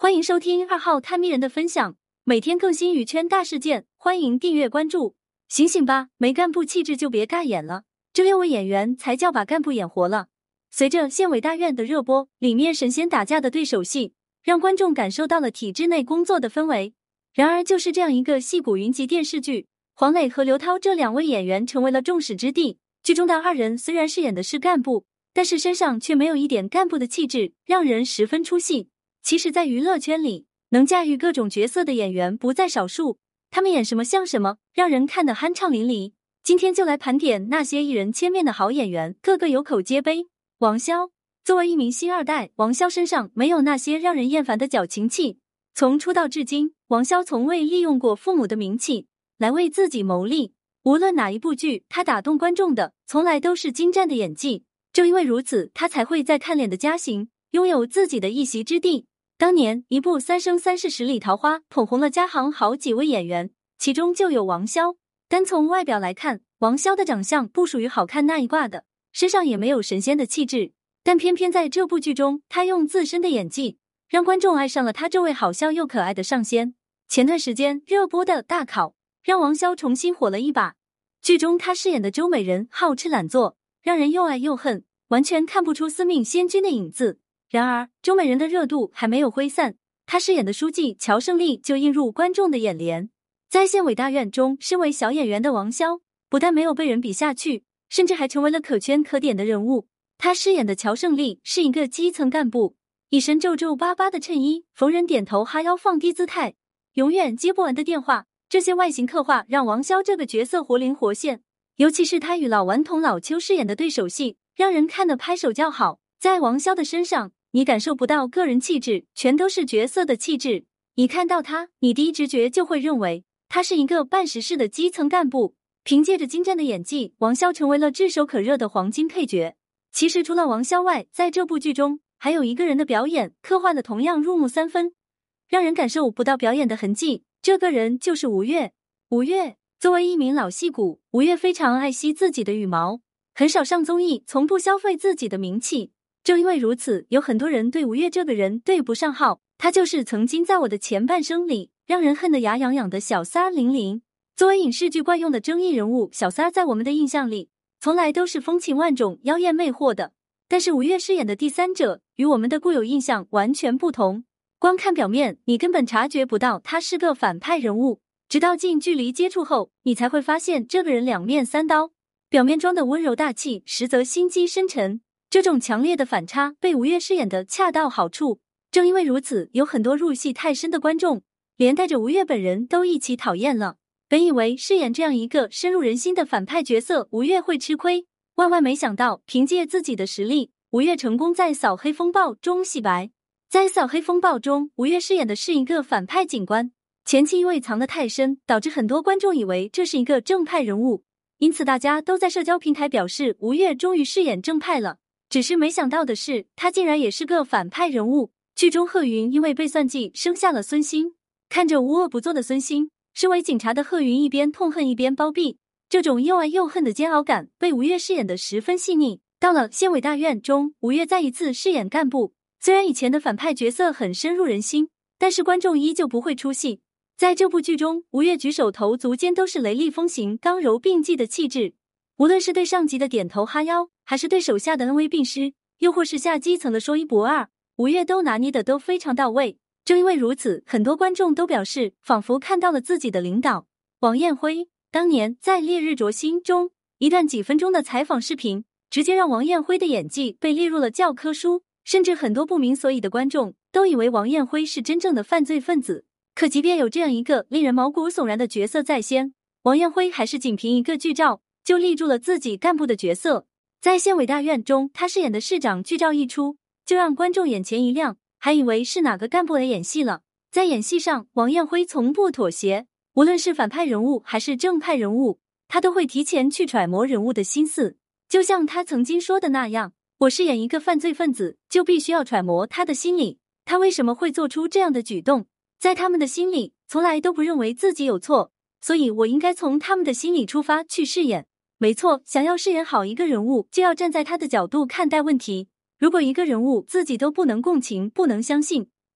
欢迎收听2号探秘人的分享，每天更新娱圈大事件，欢迎订阅关注。醒醒吧，没干部气质就别尬演了，这6位演员才叫把干部演活了。随着县委大院的热播，里面神仙打架的对手戏，让观众感受到了体制内工作的氛围。然而就是这样一个戏骨云集电视剧，黄磊和刘涛这2位演员成为了众矢之的。剧中的2人虽然饰演的是干部，但是身上却没有一点干部的气质，让人十分出戏。其实在娱乐圈里，能驾驭各种角色的演员不在少数，他们演什么像什么，让人看得酣畅淋漓。今天就来盘点那些一人千面的好演员，个个有口皆碑。王骁作为一名星2代，王骁身上没有那些让人厌烦的矫情气。从出道至今，王骁从未利用过父母的名气来为自己谋利。无论哪一部剧，他打动观众的从来都是精湛的演技。正因为如此，他才会在看脸的家行拥有自己的一席之地。当年一部《三生三世十里桃花》捧红了家行好几位演员，其中就有王骁。单从外表来看，王骁的长相不属于好看那一挂的，身上也没有神仙的气质，但偏偏在这部剧中，他用自身的演技让观众爱上了他这位好笑又可爱的上仙。前段时间热播的大考让王骁重新火了一把，剧中他饰演的周美人好吃懒做，让人又爱又恨，完全看不出司命仙君的影子。然而周美人的热度还没有挥散，她饰演的书记乔胜利就映入观众的眼帘。在县委大院中，身为小演员的王骁不但没有被人比下去，甚至还成为了可圈可点的人物。他饰演的乔胜利是一个基层干部，一身皱皱巴巴的衬衣，逢人点头哈腰放低姿态，永远接不完的电话，这些外形刻画让王骁这个角色活灵活现。尤其是他与老顽童老邱饰演的对手戏，让人看得拍手叫好。在王骁的身上，你感受不到个人气质，全都是角色的气质。一看到他，你第一直觉就会认为他是一个办实事的基层干部。凭借着精湛的演技，王骁成为了炙手可热的黄金配角。其实除了王骁外，在这部剧中还有一个人的表演刻画的同样入木3分，让人感受不到表演的痕迹。这个人就是吴越。吴越作为一名老戏骨，吴越非常爱惜自己的羽毛，很少上综艺，从不消费自己的名气。正因为如此，有很多人对吴越这个人对不上号，他就是曾经在我的前半生里让人恨得牙痒痒的小三玲玲。作为影视剧惯用的争议人物，小三在我们的印象里从来都是风情万种、妖艳魅惑的。但是吴越饰演的第三者与我们的固有印象完全不同，光看表面，你根本察觉不到他是个反派人物，直到近距离接触后，你才会发现这个人两面三刀，表面装的温柔大气，实则心机深沉。这种强烈的反差被吴越饰演的恰到好处。正因为如此，有很多入戏太深的观众连带着吴越本人都一起讨厌了。本以为饰演这样一个深入人心的反派角色，吴越会吃亏，万万没想到凭借自己的实力，吴越成功在扫黑风暴中洗白。在扫黑风暴中，吴越饰演的是一个反派警官，前期因为藏得太深，导致很多观众以为这是一个正派人物，因此大家都在社交平台表示吴越终于饰演正派了。只是没想到的是，他竟然也是个反派人物。剧中贺云因为被算计生下了孙兴，看着无恶不作的孙兴，身为警察的贺云一边痛恨一边包庇，这种又爱又恨的煎熬感被吴越饰演得十分细腻。到了县委大院中，吴越再一次饰演干部，虽然以前的反派角色很深入人心，但是观众依旧不会出戏。在这部剧中，吴越举手投足间都是雷厉风行、刚柔并济的气质，无论是对上级的点头哈腰，还是对手下的恩威并施，又或是下基层的说一不二，吴越都拿捏的都非常到位。正因为如此，很多观众都表示仿佛看到了自己的领导王艳辉。当年在《烈日灼心》中，一段几分钟的采访视频直接让王艳辉的演技被列入了教科书，甚至很多不明所以的观众都以为王艳辉是真正的犯罪分子。可即便有这样一个令人毛骨悚然的角色在先，王艳辉还是仅凭一个剧照就立住了自己干部的角色。在县委大院中，他饰演的市长剧照一出，就让观众眼前一亮，还以为是哪个干部来演戏了。在演戏上，王艳辉从不妥协，无论是反派人物还是正派人物，他都会提前去揣摩人物的心思。就像他曾经说的那样，我饰演一个犯罪分子，就必须要揣摩他的心理，他为什么会做出这样的举动。在他们的心里，从来都不认为自己有错，所以我应该从他们的心理出发去饰演。没错，想要饰演好一个人物，就要站在他的角度看待问题。如果一个人物自己都不能共情、不能相信，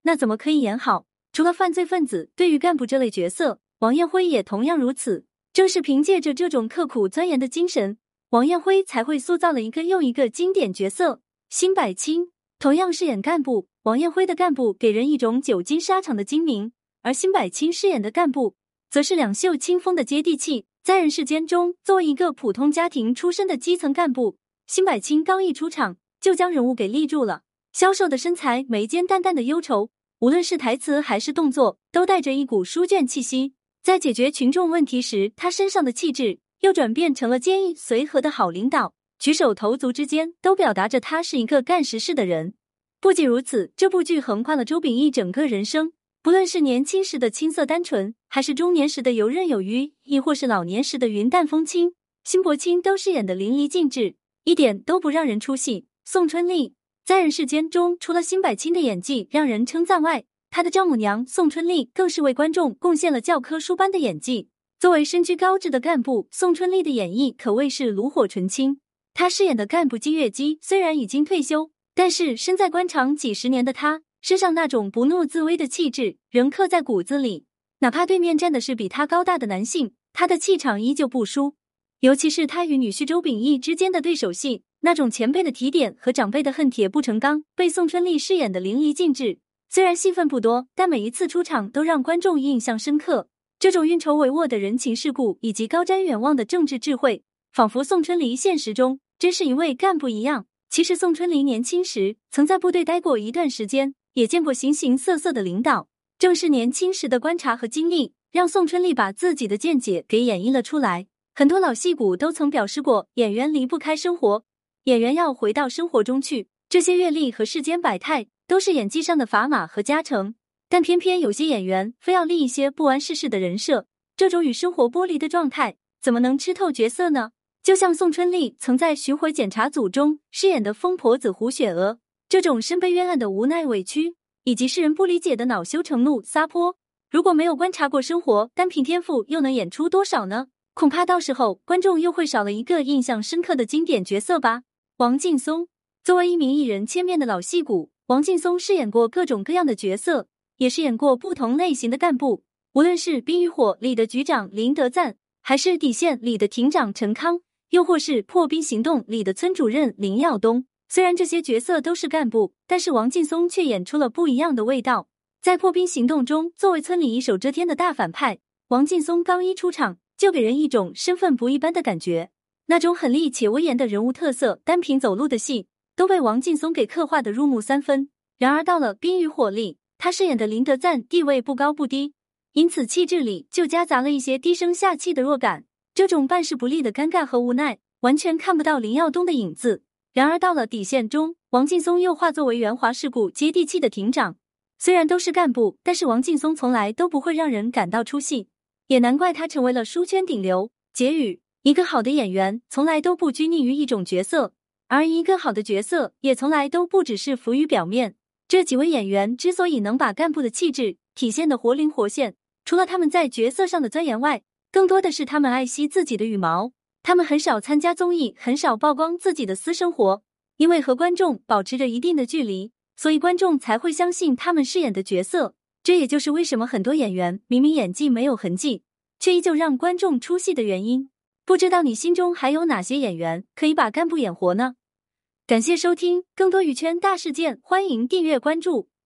那怎么可以演好？除了犯罪分子，对于干部这类角色，王艳辉也同样如此。正是凭借着这种刻苦钻研的精神，王艳辉才会塑造了一个又一个经典角色。辛柏青同样饰演干部，王艳辉的干部给人一种久经沙场的精明，而辛柏青饰演的干部则是两袖清风的接地气。在人世间中，作为一个普通家庭出身的基层干部，辛柏青刚一出场就将人物给立住了。消瘦的身材，眉间淡淡的忧愁，无论是台词还是动作，都带着一股书卷气息。在解决群众问题时，他身上的气质又转变成了坚毅随和的好领导，举手投足之间都表达着他是一个干实事的人。不仅如此，这部剧横跨了周秉义整个人生，不论是年轻时的青涩单纯，还是中年时的游刃有余，亦或是老年时的云淡风轻，辛柏青都饰演得淋漓尽致，一点都不让人出戏。宋春丽在人世间中，除了辛柏青的演技让人称赞外，她的丈母娘宋春丽更是为观众贡献了教科书般的演技。作为身居高质的干部，宋春丽的演绎可谓是炉火纯青。她饰演的干部金月姬虽然已经退休，但是身在官场几十年的她，身上那种不怒自威的气质仍刻在骨子里。哪怕对面站的是比她高大的男性，她的气场依旧不输。尤其是她与女婿周秉义之间的对手戏，那种前辈的提点和长辈的恨铁不成钢，被宋春丽饰演的淋漓尽致。虽然戏份不多，但每一次出场都让观众印象深刻。这种运筹帷幄的人情世故以及高瞻远望的政治智慧，仿佛宋春丽现实中真是一位干部一样。其实宋春丽年轻时曾在部队待过一段时间，也见过形形色色的领导。正是年轻时的观察和经历，让宋春丽把自己的见解给演绎了出来。很多老戏骨都曾表示过，演员离不开生活，演员要回到生活中去。这些阅历和世间百态都是演技上的砝码和加成，但偏偏有些演员非要立一些不谙世事的人设，这种与生活剥离的状态怎么能吃透角色呢？就像宋春丽曾在巡回检查组中饰演的疯婆子胡雪娥，这种身背冤案的无奈委屈，以及世人不理解的恼羞成怒撒泼，如果没有观察过生活，单凭天赋又能演出多少呢？恐怕到时候观众又会少了一个印象深刻的经典角色吧。王劲松作为一名艺人千面的老戏骨，王劲松饰演过各种各样的角色，也饰演过不同类型的干部。无论是《冰与火》里的局长林德赞，还是《底线》里的庭长陈康，又或是《破冰行动》里的村主任林耀东，虽然这些角色都是干部，但是王劲松却演出了不一样的味道。在《破冰行动》中，作为村里一手遮天的大反派，王劲松刚一出场就给人一种身份不一般的感觉，那种狠厉且威严的人物特色，单凭走路的戏都被王劲松给刻画得入木三分。然而到了《冰与火》里，他饰演的林德赞地位不高不低，因此气质里就夹杂了一些低声下气的弱感，这种办事不力的尴尬和无奈，完全看不到林耀东的影子。然而到了《底线》中，王劲松又化作为圆滑世故、接地气的庭长。虽然都是干部，但是王劲松从来都不会让人感到出戏，也难怪他成为了书圈顶流。结语：一个好的演员从来都不拘泥于一种角色，而一个好的角色也从来都不只是浮于表面。这几位演员之所以能把干部的气质体现得活灵活现，除了他们在角色上的钻研外，更多的是他们爱惜自己的羽毛。他们很少参加综艺，很少曝光自己的私生活，因为和观众保持着一定的距离，所以观众才会相信他们饰演的角色。这也就是为什么很多演员明明演技没有痕迹，却依旧让观众出戏的原因。不知道你心中还有哪些演员可以把干部演活呢？感谢收听，更多娱圈大事件，欢迎订阅关注。